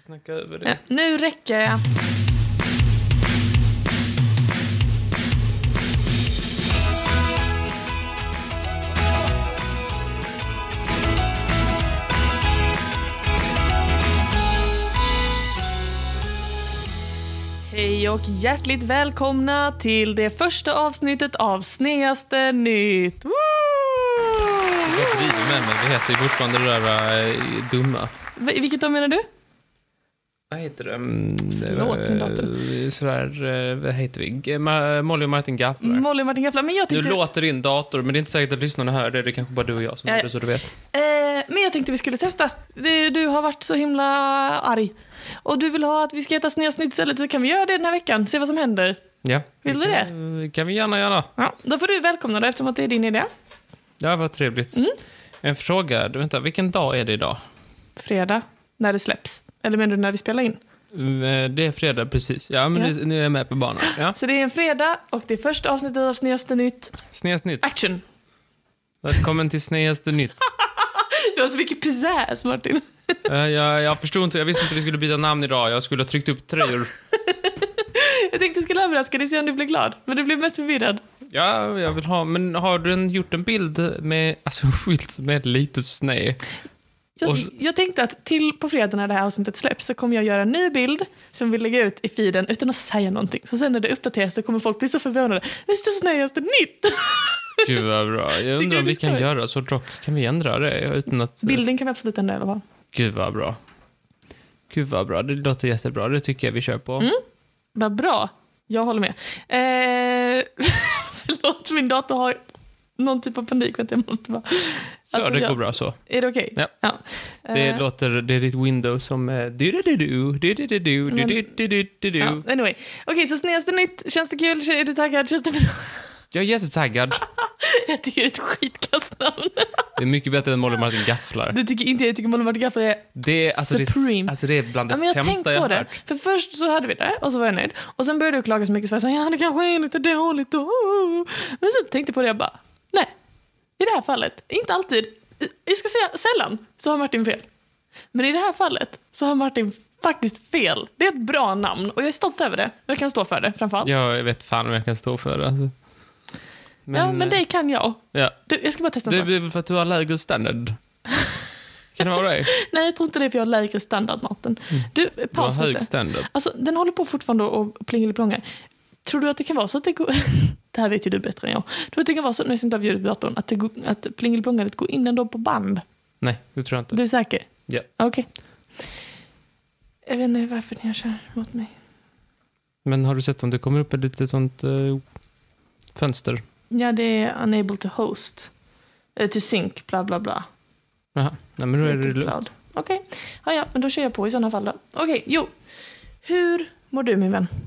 snacka över det. Nu räcker jag. Hej och hjärtligt välkomna till det första avsnittet av Sneaste Nytt. Woo! Jag driver med mig, det heter ju fortfarande det där dumma. Vilket då menar du? Vad heter det? Förlåt, min dator. Sådär, vad heter vi? Molly och Martin Gafflar. Molly och Martin Gafflar, men jag tänkte... Nu låter din dator, men det är inte säkert att lyssnarna hör det. Det är kanske bara du och jag som gör det, så du vet. Men jag tänkte vi skulle testa. Du har varit så himla arg. Och du vill ha att vi ska äta Sneasnitt istället, så kan vi göra det den här veckan. Se vad som händer. Ja. Vill du det? Kan vi gärna göra. Ja, då får du välkomna det eftersom att det är din idé. Ja, vad trevligt. En fråga, vänta, vilken dag är det idag? Fredag, när det släpps. Eller menar du när vi spelar in? Det är fredag, precis. Ja, men nu är jag med på banan. Ja. Så det är en fredag och det är första avsnittet av Sneaste Nytt. Sneasnitt. Action! Välkommen till Sneaste Nytt. Du har så mycket pizzazz, Martin. Jag förstod inte, jag visste inte att vi skulle byta namn idag. Jag skulle ha tryckt upp tröjor. Jag tänkte jag skulle överraska dig så du blev glad. Men du blev mest förvirrad. Ja, jag vill ha. Men har du gjort en bild med, alltså skylt med lite sned? Jag tänkte att på fredag när det här avsnittet släpps så kommer jag göra en ny bild som vi lägger ut i feeden utan att säga någonting. Så sen när det uppdateras så kommer folk bli så förvånade. Det står Sneaste Nytt! Gud vad bra. Jag undrar om vi kan göra så dock. Kan vi ändra det utan att... Bilden kan vi absolut ändra i alla fall. Gud vad bra. Gud vad bra. Det låter jättebra. Det tycker jag vi kör på. Vad bra. Jag håller med. Förlåt, min dator har någon typ av panik. Vänta, jag måste bara... Så alltså, det går bra så. Är det okej? Ja. Det låter... Det är ditt Windows som... Anyway. Okej, så Sneaste Nytt. Känns det kul? Är du taggad? Känns det bra? Jag är jättetaggad. Jag tycker det är ett skitkastnamn. Det är mycket bättre än Molly och Martin Gafflar. Du tycker inte jag tycker Molly och Martin Gafflar är supreme. Det är bland det sämsta jag har hört. För först så hade vi det och så var jag nöjd. Och sen började du klaga så mycket så jag sa, ja det kanske är lite dåligt. Men så tänkte jag på det jag bara, nej. I det här fallet, inte alltid. Jag ska säga sällan så har Martin fel. Men i det här fallet så har Martin faktiskt fel. Det är ett bra namn och jag är stolt över det. Jag kan stå för det framförallt. Jag vet fan om jag kan stå för det alltså. Men det kan jag. Ja. Jag ska bara testa en sak. Det är väl för att du har lägre standard. Kan det vara det? Nej, jag tror inte det är för jag har lägre standard, Martin. Du har hög standard. Alltså, den håller på fortfarande och plingeliplångar. Tror du att det kan vara så att det går... Det här vet ju du bättre än jag. Tror du att det kan vara så, när jag inte har ljudet på datorn, att plingeliplångaret går in ändå på band? Nej, det tror jag inte. Du är säker? Ja. Okej. Jag vet inte varför ni kör mot mig. Men har du sett om det kommer upp ett litet sånt fönster? Ja, det är unable to host. To sync, bla bla bla. Jaha, nej men då är det lugnt. Okej, ja, men då kör jag på i sådana fall då. Okej, jo. Hur mår du, min vän?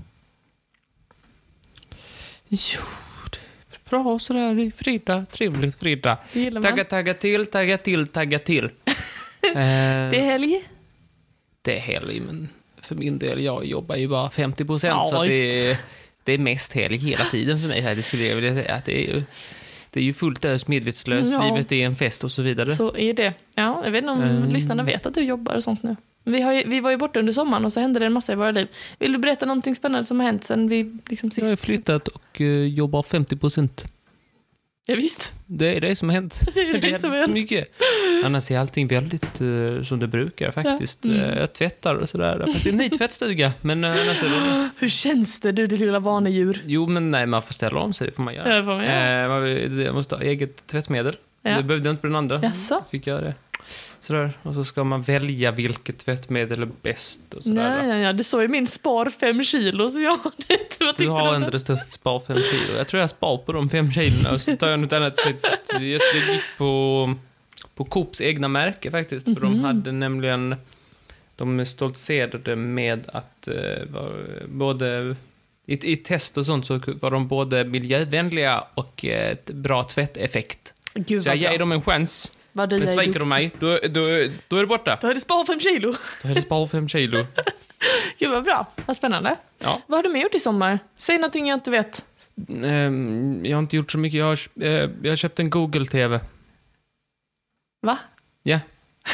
Jo, det är bra sådär. Det är fredag, trevligt fredag. Det gillar man. Tagga till. Det är helg. Det är helg, men för min del, jag jobbar ju bara 50%. Ja, så att det är mest helg hela tiden för mig. Det skulle jag vilja säga att det är ju fullt ös medvetslöst. Ja. Livet är en fest och så vidare. Så är det. Ja, jag vet inte om lyssnarna vet att du jobbar och sånt nu. Vi var ju borta under sommaren och så hände det en massa i våra liv. Vill du berätta någonting spännande som har hänt sen vi liksom sist? Jag har flyttat och jobbar 50%. Ja, visst. Det är det som har hänt. Det är det som har hänt. Så mycket. Annars är allting väldigt som det brukar faktiskt. Ja. Jag tvättar och sådär. Det är en ny tvättstuga. Men annars är det... Hur känns det, du lilla vanedjur? Jo, men nej, man får ställa om sig. Det får man göra. Ja, det får man göra. Jag måste ha eget tvättmedel. Ja. Det behövde inte på den andra. Jaså? Fick jag det. Sådär. Och så ska man välja vilket tvättmedel är bäst. Och sådär, Ja. Det såg ju min spar 5 kilo så jag har det. Du har ändå det största spar 5 kilo. Jag tror jag spar på de 5 kilorna och så tar jag något annat tvättsätt. Jag gick på Coops egna märke faktiskt. För de hade nämligen... De stoltserade med att både... I test och sånt så var de både miljövänliga och ett bra tvätteffekt. Gud, så jag ger dem en chans. Men sviker de mig, då är det borta. Då är det spar 5 kilo. Då är det spar 5 kilo. Gud vad bra, vad spännande. Ja. Vad har du med gjort i sommar? Säg någonting jag inte vet. Jag har inte gjort så mycket. Jag har köpt en Google-TV. Va? Ja.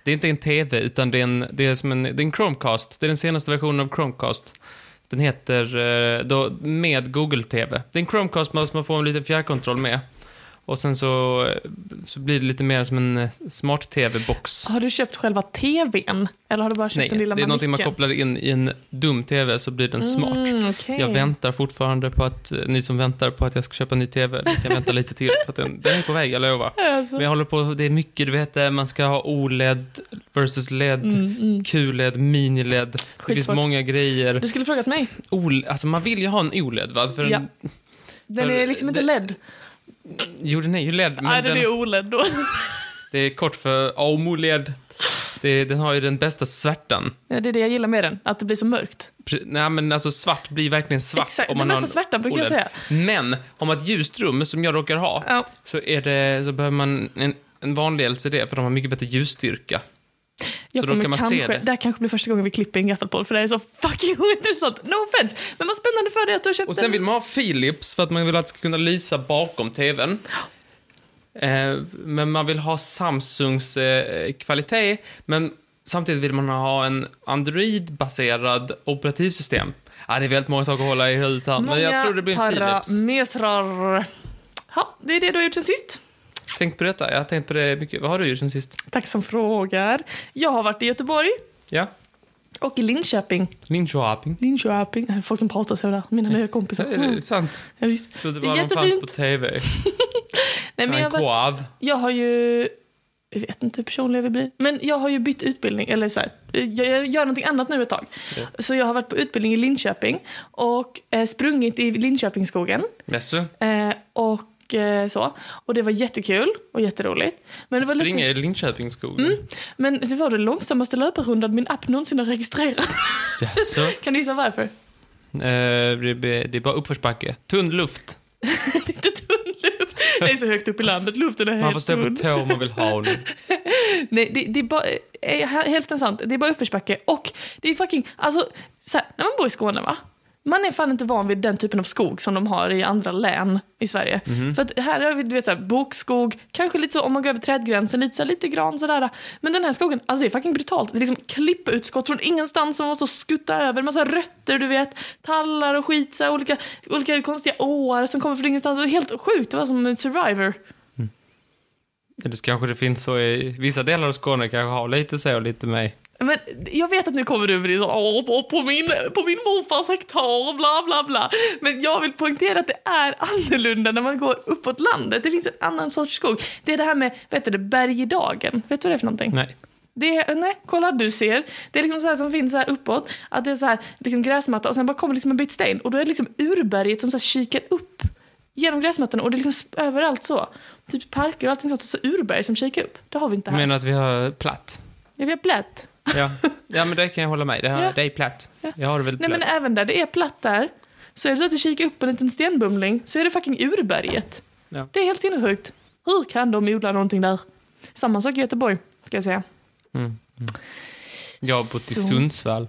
Det är inte en TV, utan det är en Chromecast. Det är den senaste versionen av Chromecast. Den heter då med Google TV. Det är en Chromecast som man får en liten fjärrkontroll med. Och sen så blir det lite mer som en smart TV-box. Har du köpt själva TVn? Eller har du bara köpt den lilla det är någonting man kopplar in i en dum TV så blir den smart. Okay. Jag väntar fortfarande på att ni som väntar på att jag ska köpa en ny TV, ni kan vänta lite till för att den är på väg, jag lovar. Alltså. Men jag håller på, det är mycket, du vet, man ska ha OLED versus LED, QLED, mini-LED. Det finns många grejer. Du skulle frågat mig. Alltså man vill ju ha en OLED, va? Den är liksom inte LED. Jo, den är ju LED. Men nej, den är OLED då. Det är kort för AMOLED. Den har ju den bästa svärtan. Ja, det är det jag gillar med den, att det blir så mörkt. Nej, men alltså svart blir verkligen svart. Exakt, om man den bästa svärtan brukar jag säga. Men om man har ett ljust rum som jag råkar ha, så behöver man en vanlig LCD, för de har mycket bättre ljusstyrka. Jag kommer det här kanske blir första gången vi klipper en gaffelpodd, för det är så fucking ointressant. No offense. Men vad spännande för dig att du har köpt. Och sen vill man ha Philips för att man vill att det ska kunna lysa bakom tvn. Men man vill ha Samsungs kvalitet, men samtidigt vill man ha en Android-baserad operativsystem. Ja, det är väldigt många saker att hålla i huvudet här, men jag tror det blir en Philips. Ja, det är det du har gjort sen sist. Tänk på detta, jag har tänkt på det mycket. Vad har du gjort sen sist? Tack som frågar. Jag har varit i Göteborg. Ja. Och i Linköping. Linköping. Folk som pratar så där. Mina nya kompisar. Det är sant. Ja, visst. Så det var någon fanns på TV. Nej, men jag har ju... Jag vet inte hur personlig jag blir. Men jag har ju bytt utbildning. Eller så här, jag gör någonting annat nu ett tag. Ja. Så jag har varit på utbildning i Linköping. Och sprungit i Linköpingsskogen. Jaså? Och så. Och det var jättekul och jätteroligt. Men det var springa i Linköpingsskogen. Men det var det långsammaste löparrundan min app någonsin har registrerat. Jaså? Kan du gissa varför? Det är bara uppförsbacke. Tunn luft. Det är inte tunn luft. Det är så högt upp i landet. Luften är helt tunn. Man får stå på tå om man vill ha nu. Nej, det är bara hälften sant. Det är bara uppförsbacke. Och det är fucking... Alltså, så här, när man bor i Skåne, va? Man är fan inte van vid den typen av skog som de har i andra län i Sverige. För att här har vi, du vet, så här, bokskog, kanske lite så, om man går över trädgränsen, lite gran sådär. Men den här skogen, alltså det är fucking brutalt. Det är liksom klipputskott från ingenstans som måste skutta över. En massa rötter, du vet, tallar och skit, så här, olika konstiga åar som kommer från ingenstans. Det var helt sjukt, det var som en Survivor. Eller kanske det finns så i vissa delar av Skåne, kanske har lite så och lite mig. Men jag vet att nu kommer du över det så, på min morfars hektar och bla bla bla. Men jag vill poängtera att det är annorlunda när man går uppåt landet. Det finns en annan sorts skog. Det är det här med, vet du, bergdagen. Vet du vad det är för någonting? Nej. Nej, kolla, du ser. Det är liksom så här som finns så här uppåt. Att det är så här liksom gräsmatta och sen bara kommer liksom en bit sten. Och då är det liksom urberget som så här kikar upp genom gräsmattan. Och det är liksom överallt så. Typ parker och allting sånt. Så urberg som kikar upp. Det har vi inte här. Du menar att vi har platt? Ja, vi har platt. Ja, men det kan jag hålla med. Det är platt. Jag har det väldigt platt. Nej, men även där det är platt där, så är det så att du kikar upp en liten stenbumling, så är det fucking urberget. Ja. Det är helt sinnessjukt. Hur kan de odla någonting där? Samma sak i Göteborg, ska jag säga. Jag har bott i Sundsvall.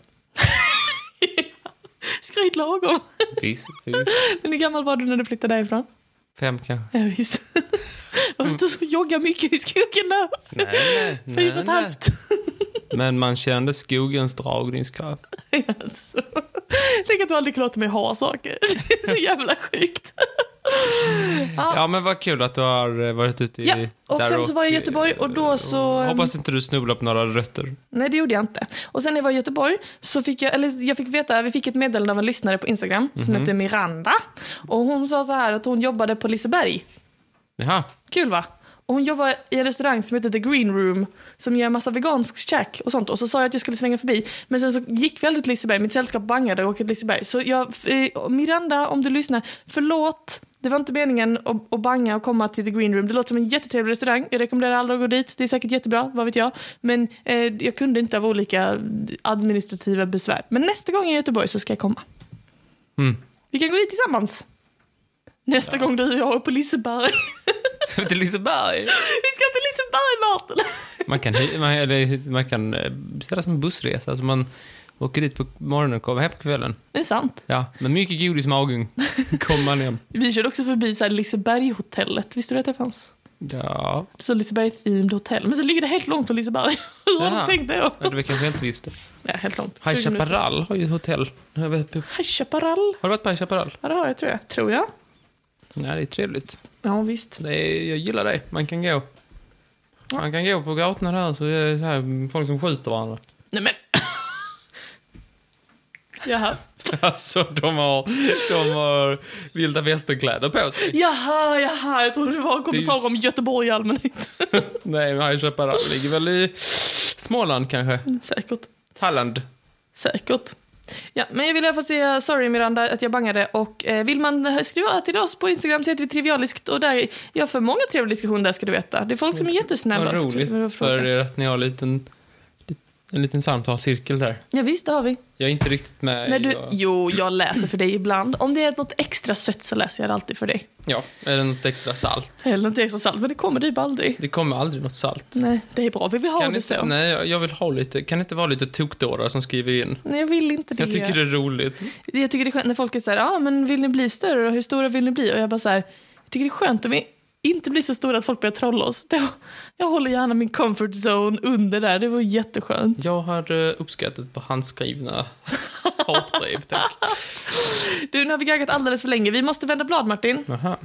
Skryt lagom. Visst. Men hur gammal var du när du flyttade därifrån? 5 kanske. Ja, visst. Varför du så jogga mycket i skogen där? Nej. 4,5. Men man kände skogens dragningskraft. Alltså. Tänk att du aldrig låter mig ha saker. Det är så jävla sjukt. Ja, men vad kul att du har varit ute i... Ja, och sen så var jag i Göteborg och då så... Hoppas inte du snubblar på några rötter. Nej, det gjorde jag inte. Och sen när jag var i Göteborg så fick jag fick veta, vi fick ett meddelande av en lyssnare på Instagram som heter Miranda. Och hon sa så här att hon jobbade på Liseberg. Jaha. Kul, va? Och hon jobbar i en restaurang som heter The Green Room, som gör massa vegansk käk och sånt. Och så sa jag att jag skulle svänga förbi. Men sen så gick vi aldrig till Liseberg. Mitt sällskap bangade och åkte till Liseberg. Så Miranda, om du lyssnar, förlåt. Det var inte meningen att banga och komma till The Green Room. Det låter som en jättetrevlig restaurang. Jag rekommenderar alla att gå dit. Det är säkert jättebra, vad vet jag. Men jag kunde inte av olika administrativa besvär. Men nästa gång i Göteborg så ska jag komma. Vi kan gå dit tillsammans. Nästa gång du och jag är på Liseberg. Ska vi till Liseberg? Vi ska till Liseberg, Martin. Man kan beställa som en bussresa. Alltså man åker dit på morgonen och kommer hem på kvällen. Det är sant. Ja, men mycket godis i magen kommer man hem. Vi körde också förbi så här Liseberg-hotellet. Visste du att det fanns? Ja. Så Liseberg-themed hotell. Men så ligger det helt långt från Liseberg. Hur tänkte jag? Ja, det var kanske inte visste. Ja, helt långt. High Chaparral har ju ett hotell. High Chaparral? Har du varit på High Chaparral? Ja, det har jag, tror jag. Ja, det är trevligt. Ja, visst. Jag gillar det. Man kan gå. Man kan gå på gatorna där så är det så här folk som skjuter varandra. Nej, men... Jaha. Alltså, de har vilda västerkläder på sig. Jaha. Jag trodde det var en kommentar om Göteborg i allmänhet. Nej, men High Chaparral ligger väl i Småland kanske. Säkert. Halland. Säkert. Ja, men jag vill i alla fall säga sorry Miranda att jag bangade. Och vill man skriva till oss på Instagram så heter vi Trivialiskt. Och där jag för många trevliga diskussioner där, ska du veta. Det är folk som är jättesnälla. Vad roligt för er att ni har en liten samtalscirkel där. Ja, visst, det har vi. Jag är inte riktigt med. Jag läser för dig ibland. Om det är något extra sött så läser jag det alltid för dig. Ja, eller något extra salt. Eller något extra salt, men det kommer typ aldrig. Det kommer aldrig något salt. Nej, det är bra. Vi vill ha det så. Nej, jag vill ha lite. Kan det inte vara lite tokdårar som skriver in? Nej, jag vill inte det. Jag tycker det är roligt. Jag tycker det är skönt när folk är så här, men vill ni bli större? Hur stora vill ni bli? Och jag bara så här, jag tycker det är skönt om vi inte blir så stora att folk börjar trolla oss. Jag håller gärna min comfort zone under där. Det var jätteskönt. Jag har uppskattat på handskrivna hatbrev, tack. Du, nu har vi gaggat alldeles för länge. Vi måste vända blad, Martin. Aha.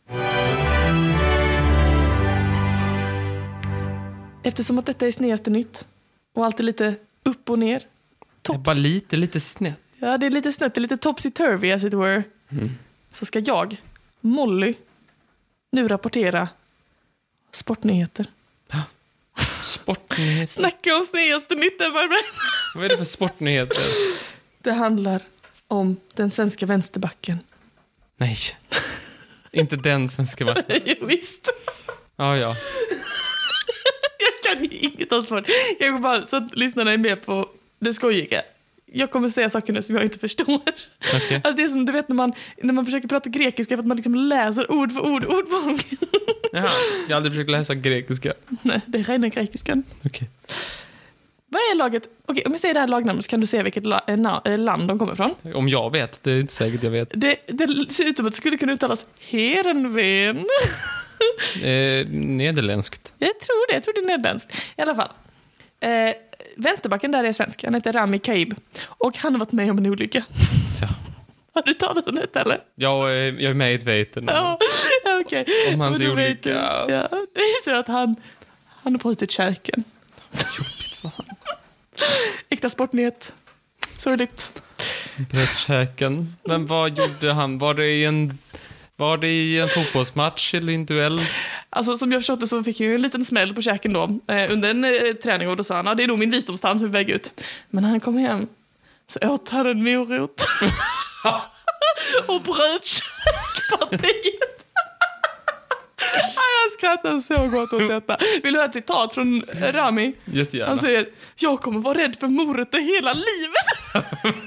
Eftersom att detta är snedaste nytt och allt är lite upp och ner. Det är bara lite snett. Ja, det är lite snett. Det är lite topsy-turvy, as it were. Så ska jag, Molly, nu rapportera sportnyheter. Sportnyheter? Snacka om snedaste nytt, Martin. Vad är det för sportnyheter? Det handlar om den svenska vänsterbacken. Nej, inte den svenska backen. Jo, visst. Ja. Jag kan ju inget om sport. Jag går bara så att lyssnarna är med på det skojiga. Jag kommer säga saker nu som jag inte förstår. Okay. Alltså det är som du vet när man försöker prata grekiska för att man liksom läser ord för ord för gång. Jaha, jag har aldrig försökt läsa grekiska. Nej, det är rena grekiskan. Okej. Vad är laget? Okej, om jag säger det här lagnamnet så kan du se vilket land de kommer från. Om jag vet, det är inte säkert jag vet. Det ser ut som att det skulle kunna uttalas Heerenveen. Nederländskt. Jag tror det är nederländskt. I alla fall. Vänsterbacken där är svensk. Han heter Rami Kaib. Och han har varit med om en olycka. Ja. Har du talat om det eller? Jag är medveten Ja, okej. Om hans olycka. Ja, det är så att han har brutit käken. Jobbigt för han. Äkta sportnyhet. Sorgligt. Bröt käken. Men vad gjorde han? Var det i en fotbollsmatch eller en duell? Alltså som jag förstått det så fick jag ju en liten smäll på käken då under en träning och då sa han, det är nog min visdomstand som är väg ut. Men när han kom hem så åt han en morot och bröt käkpartiet. Jag skrattar så gott åt detta. Vill du ha ett citat från Rami? Jättegärna. Han säger, jag kommer vara rädd för morötter hela livet.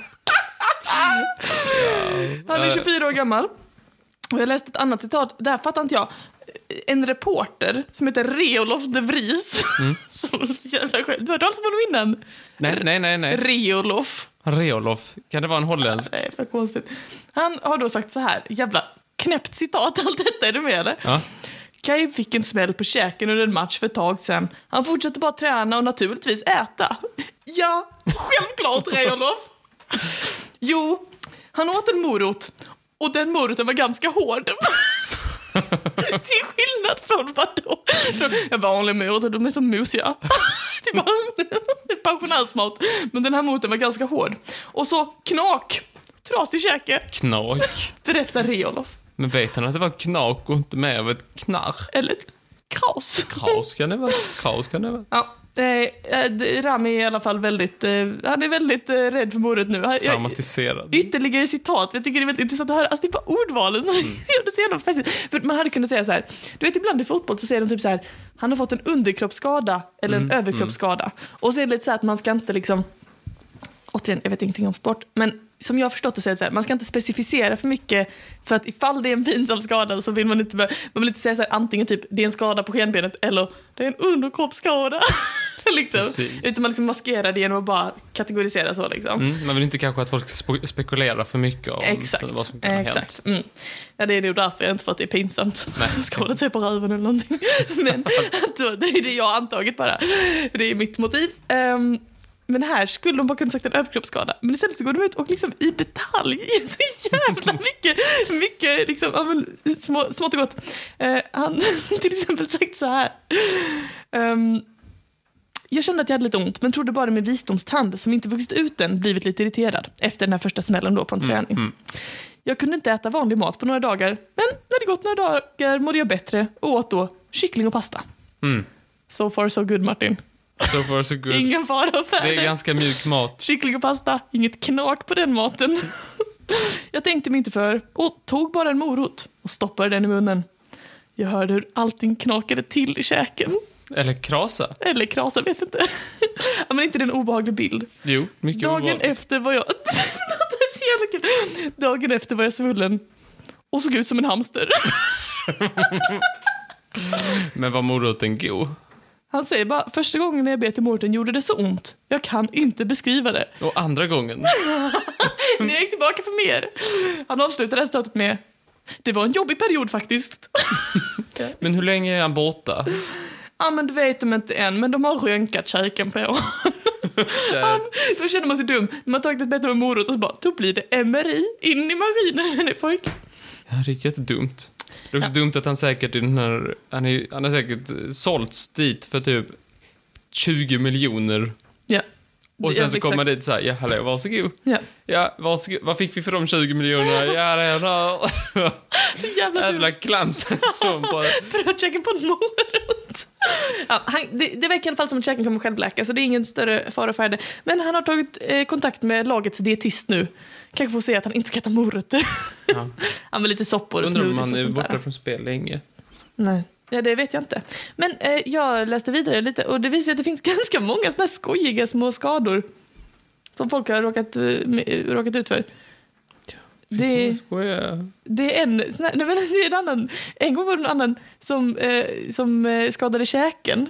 Han är 24 år gammal. Och jag läste ett annat citat, där fattar inte jag. En reporter som heter Reolof de Vries. Som jävla skit. Du har talat om honom innan. Nej. Reolof. Kan det vara en holländsk? Nej, för konstigt. Han har då sagt så här, jävla knäppt citat, allt detta, är du med eller? Ja. Kaj fick en smäll på käken under en match för ett tag sedan. Han fortsatte bara träna och naturligtvis äta. Ja, självklart Reolof. Jo, han åt en morot. Och den moroten var ganska hård. Till skillnad från vadå? En vanlig morot, de är så musiga. Det är pensionärsmat. Men den här moroten var ganska hård. Och så knak. Trasig käke. Knak. Berättar Reolof. Men vet han att det var knak och inte mer av ett knarr? Eller ett kraus. Kraus kan det vara. Ja. Rami är i alla fall väldigt han är väldigt rädd för mordet nu. Traumatiserad. Ytterligare citat. Jag tycker det är väldigt intressant att höra. Alltså det är bara ordvalen som gör det så jävla färsigt. För man hade kunnat säga så här. Du vet ibland i fotboll så säger de typ så här. Han har fått en underkroppsskada eller en överkroppsskada. Och så är det lite så här att man ska inte liksom. Återigen, jag vet ingenting om sport. Men som jag har förstått det så är det så här. Man ska inte specificera för mycket. För att ifall det är en pinsam skada så vill man inte. Man vill inte säga så här. Antingen typ det är en skada på skenbenet. Eller det är en underkroppsskada. liksom. Utan man liksom maskerar det genom att bara kategorisera så liksom. Man vill inte kanske att folk ska spekulera för mycket om vad som kan ha hänt. Ja, det är nog därför jag inte fått det är pinsamt. Skadat sig på röven eller någonting. Men det är det jag har antagit bara. Det är mitt motiv. Men här skulle de bara kunna sagt en överkroppsskada. Men istället så går de ut och liksom i detalj så jävla mycket liksom, smått och gott. Han till exempel sagt så här. Jag kände att jag hade lite ont, men trodde bara min visdomstand som inte vuxit ut än blivit lite irriterad efter den här första smällen då på en träning. Jag kunde inte äta vanlig mat på några dagar, men när det gått några dagar mådde jag bättre och åt då kyckling och pasta. So far so good, Martin. So far so good. Ingen fara och färde. Det är ganska mjuk mat. Kyckling och pasta, inget knak på den maten. Jag tänkte mig inte för och tog bara en morot och stoppade den i munnen. Jag hörde hur allting knakade till i käken. Eller krasa, vet inte. Ja, men inte den obehaglig bild. Jo, mycket Dagen efter var jag... det är så jävla kul. Dagen efter var jag svullen och såg ut som en hamster. Men var moroten god? Han säger bara, första gången när jag bet i moroten gjorde det så ont. Jag kan inte beskriva det. Och andra gången? När jag gick tillbaka för mer. Han avslutade stötet med, det var en jobbig period faktiskt. Men hur länge är han borta? Ja, men det vet de inte än, men de har rönkat käken på. Då känner man sig dum. Man har tagit ett bett med morot och så bara, då blir det MRI in i maskinen. Ja, det är jättedumt. Det är också dumt att han säkert han har säkert sålts dit för typ 20 miljoner. Ja. Och sen så kommer man dit så här, ja, hallå, varsågod. Ja, varsågod. Vad fick vi för de 20 miljonerna? Ja, det är så jävla klant som bara... Brödkäken på en morot. Ja, det verkar i alla fall som att käken kommer självläka, så det är ingen större fara för det. Men han har tagit kontakt med lagets dietist nu. Kanske får se att han inte ska äta morötter. Ja. Han vill lite soppor och smoothies och sånt där. Undrar om han är borta från spel länge. Nej. Ja, det vet jag inte. Men jag läste vidare lite och det visar sig att det finns ganska många såna här skojiga små skador som folk har råkat ut för. Det är en annan. En gång var det en annan som skadade käken.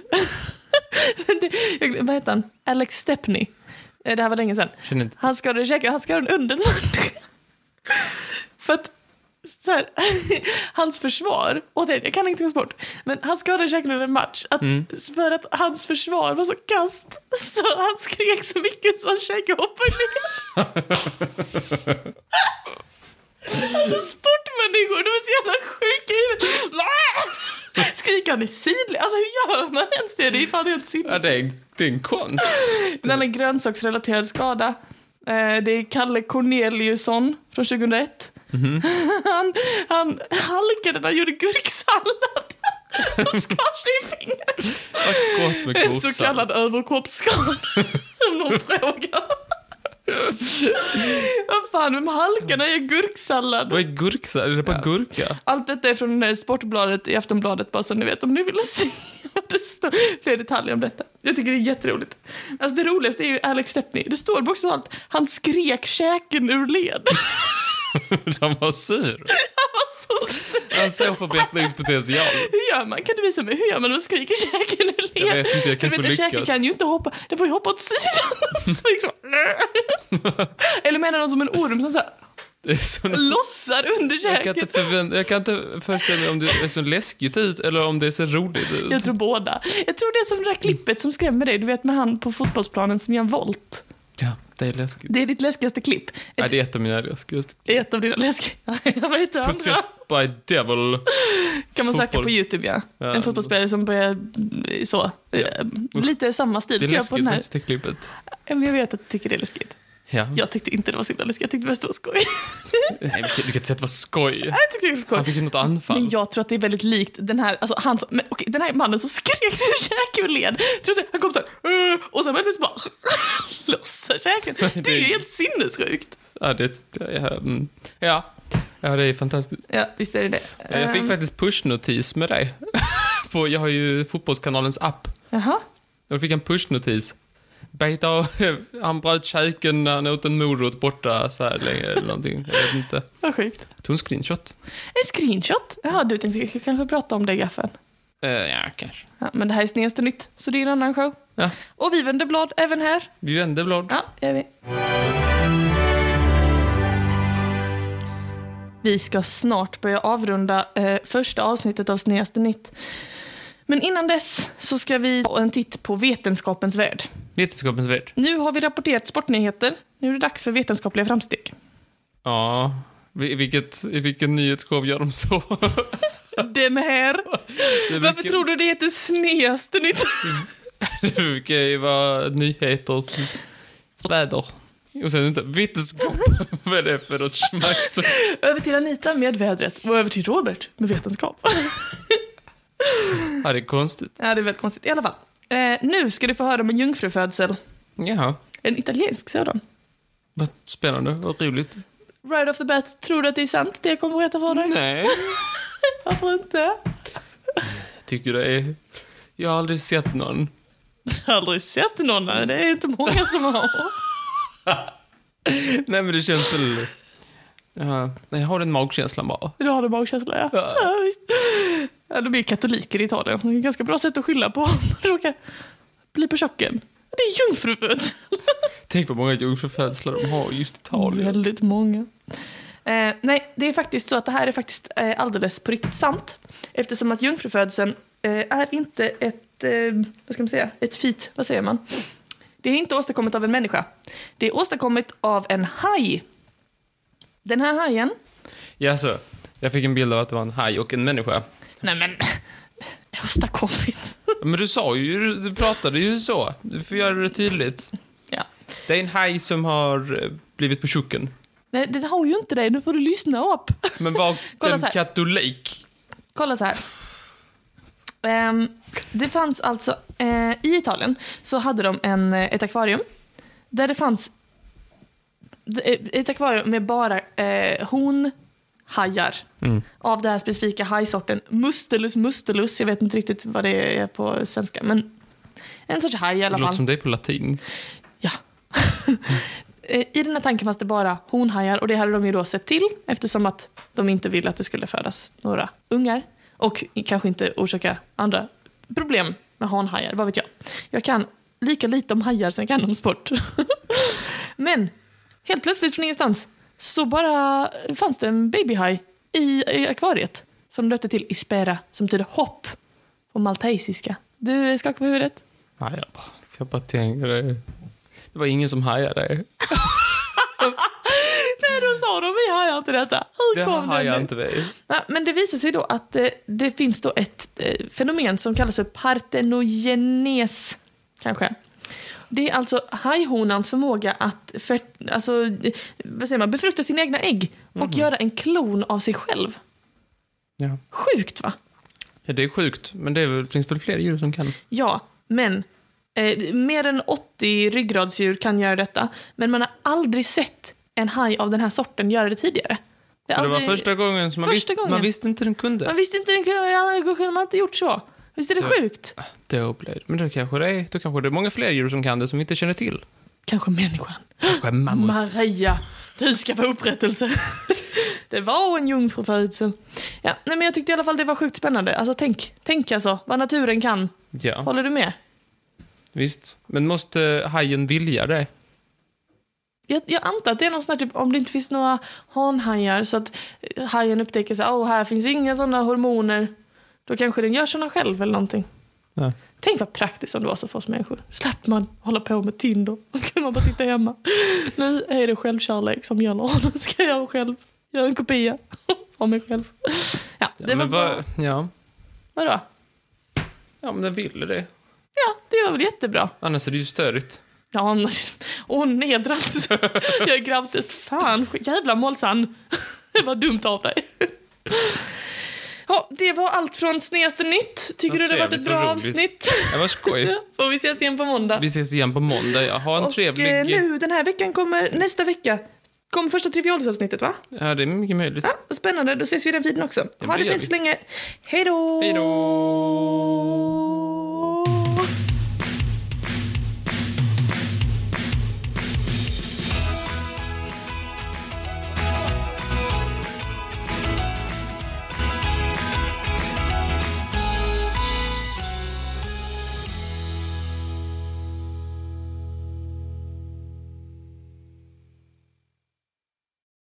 Vad heter han? Alex Stepney. Det här var länge sedan. Han skadade käken. Han skadade under för att så här, hans försvar, och det, jag kan inte gå bort, men han skadade käken under en match för att hans försvar var så kast så han skrek så mycket så hans käke hoppade ner. Alltså sportmänniskor, de är så jävla sjuka i huvudet. Skriker han i sidled? Alltså hur gör man ens det? Det är fan helt sinnes. Ja, det är en konst. En annan grönsaksrelaterad skada. Det är Kalle Corneliusson från 2001. Han halkade när han gjorde gurksallad och skar sig i fingret. En så kallad överkroppsskada. Om någon frågar. Vad fan, vem halkar när jag gör gurksallad? Vad är gurksallad? Är det bara gurka? Allt detta är från Sportbladet i Aftonbladet, bara så ni vet om ni vill se det står fler detaljer om detta. Jag tycker det är jätteroligt. Alltså det roligaste är ju Alex Stepney. Det står bokstavligt allt. Han skrek käken ur led. Han var sur. Han var så sur. Han såg förbättringspotential. Hur gör man? Kan du visa mig? Hur gör man när man skriker käken ur led? Jag vet inte, jag kan inte lyckas. Käken kan ju inte hoppa. Den får ju hoppa åt sidan. Eller menar de som en orm som så här lossar under käken. Jag kan inte föreställa mig om det är så läskigt ut eller om det ser roligt ut. Jag tror båda. Jag tror det är som det där klippet som skrämmer dig. Du vet med han på fotbollsplanen som gör en volt. Ja, det är läskigt. Det är ditt läskigaste klipp. Nej, det är ett av mina läskigaste. Ett av dina läskiga. Jag vet inte. Possessed by devil. Kan man söka på YouTube, ja. En fotbollsspelare som börjar så. Ja. Lite samma stil. Det är läskigt faktiskt, det klippet. Men jag vet att du tycker det är läskigt. Ja. Jag tyckte inte det var så läskigt. Jag tyckte det var skoj. Nej, du kan inte säga att det var skoj. Jag tycker det är skoj. Han fick ju något anfall. Men jag tror att det är väldigt likt den här, alltså den här mannen som skrek sin käke och led. Han kom så här, och sen var det bara lossa käken. Det är ju helt sinnessjukt. Ja, det är fantastiskt. Ja, visst är det. Jag fick faktiskt pushnotis med dig. Jag har ju fotbollskanalens app. Jaha. Jag fick en pushnotis. Han bröt käken när han åt en morot borta så här länge eller någonting. Jag vet inte. Vad sjukt. Tog en screenshot. En screenshot? Ja, du tänkte kanske prata om det, Gaffen. Ja, kanske. Ja, men det här är Snedaste Nytt, så det är en annan show. Ja. Och vi vänder blad även här. Vi vänder blad. Ja, gör vi. Vi ska snart börja avrunda första avsnittet av Snedaste Nytt. Men innan dess så ska vi ta en titt på vetenskapens värld. Vetenskapens värld. Nu har vi rapporterat sportnyheter. Nu är det dags för vetenskapliga framsteg. Ja, i vilken nyhetskov gör de så? Den här. Varför tror du det heter Snedaste Nytt? Det brukar ju vara nyheters väder. Och sen inte vetenskap. Vad är det för något smack? Över till Anita med vädret och över till Robert med vetenskap. Ja, det är konstigt. Ja, det är väldigt konstigt. I alla fall. Nu ska du få höra om en jungfrufödsel. Jaha. En italiensk sådan. Vad spännande, vad roligt. Right off the bat, tror du att det är sant? Det jag kommer berätta för dig? Nej. Varför inte? Jag tycker det är... Jag har aldrig sett någon. Jag har aldrig sett någon. Nej, det är inte många som har. Nej, men det känns väl... Ja, jag har den magkänslan bara. Du har det magkänsla, ja. Ja, visst. Ja, de är katoliker i Italien. Det är ett ganska bra sätt att skylla på om man råkar bli på chocken. Det är jungfrufödsel. Tänk på många jungfrufödslar de har just i Italien. Väldigt många. Nej, det är faktiskt så att det här är faktiskt alldeles på riktigt sant. Eftersom att jungfrufödseln är inte ett, vad ska man säga, ett feat, vad säger man? Det är inte åstadkommet av en människa. Det är åstadkommet av en haj. Den här hajen... Ja, så. Jag fick en bild av att det var en haj och en människa. Nej, men... Åstadkommit. Men du sa ju, du pratade ju så. Du får göra det tydligt. Ja. Det är en haj som har blivit på tjocken. Nej, den har ju inte det. Nu får du lyssna upp. Men var Kolla den så här. katolik? Kolla så här. Det fanns alltså... I Italien så hade de ett akvarium. Där det fanns... Ett akvarium med bara honhajar. Av den här specifika hajsorten. Mustelus. Jag vet inte riktigt vad det är på svenska. Men en sorts haj i alla Det fall. låter som det är på latin. Ja. I den här tanken fanns det bara honhajar. Och det hade de ju då sett till. Eftersom att de inte ville att det skulle födas några ungar. Och kanske inte orsaka andra problem med hanhajar. Vad vet jag. Jag kan lika lite om hajar som jag kan om sport. Men helt plötsligt från ingenstans så bara fanns det en babyhaj i akvariet. Som döpte till Ispera. Som betyder hopp på maltesiska. Du skakar på huvudet. Nej, jag bara tänker det. Det var ingen som hajade det. Nej, då sa de, vi hajar inte detta. Det hajar inte vi. Ja, men det visar sig då att det finns då ett fenomen som kallas för partenogenes, kanske. Det är alltså hajhonans förmåga att befrukta sina egna ägg och göra en klon av sig själv. Ja. Sjukt, va? Ja, det är sjukt. Men det finns väl fler djur som kan. Ja, men mer än 80 ryggradsdjur kan göra detta. Men man har aldrig sett en haj av den här sorten göra det tidigare. Det var första gången som man visste inte den kunde. Man visste inte den kunde, man har inte gjort så. Visst är det sjukt? Då blir det. Men då kanske det är många fler djur som kan det som vi inte känner till. Kanske människan. Kanske mammut. Maria, du ska få upprättelse. Det var en jungfrufödsel. Ja, nej, men jag tyckte i alla fall det var sjukt spännande. Alltså tänk alltså, vad naturen kan. Ja. Håller du med? Visst. Men måste hajen vilja det? Jag antar att det är någon sån här typ, om det inte finns några hanhajar så att hajen upptäcker så här finns inga sådana hormoner. Då kanske den gör sådana själv eller någonting. Ja. Tänk vad praktiskt om det var så för oss människor. Släpp man hålla på med Tinder. Då kan man bara sitta hemma. Nu är det självkärlek som gäller. Nu ska jag själv göra en kopia av mig själv. Ja, det var bra. Ja. Vadå? Ja, men den ville det. Ja, det var väl jättebra. Annars är det ju störigt. Ja, annars... nedrat. Jag är gravtest. Fan, jävla målsan. Det var dumt av dig. Ja, det var allt från Snedaste Nytt. Tycker du det har varit ett bra avsnitt? Det var skoj. Och vi ses igen på måndag. Vi ses igen på måndag. Jag har en trevlig... Och nu, den här veckan nästa vecka kommer första Trivialis-avsnittet, va? Ja, det är mycket möjligt. Ja, spännande. Då ses vi den tiden också. Ha det fint så länge. Hej då! Hej då!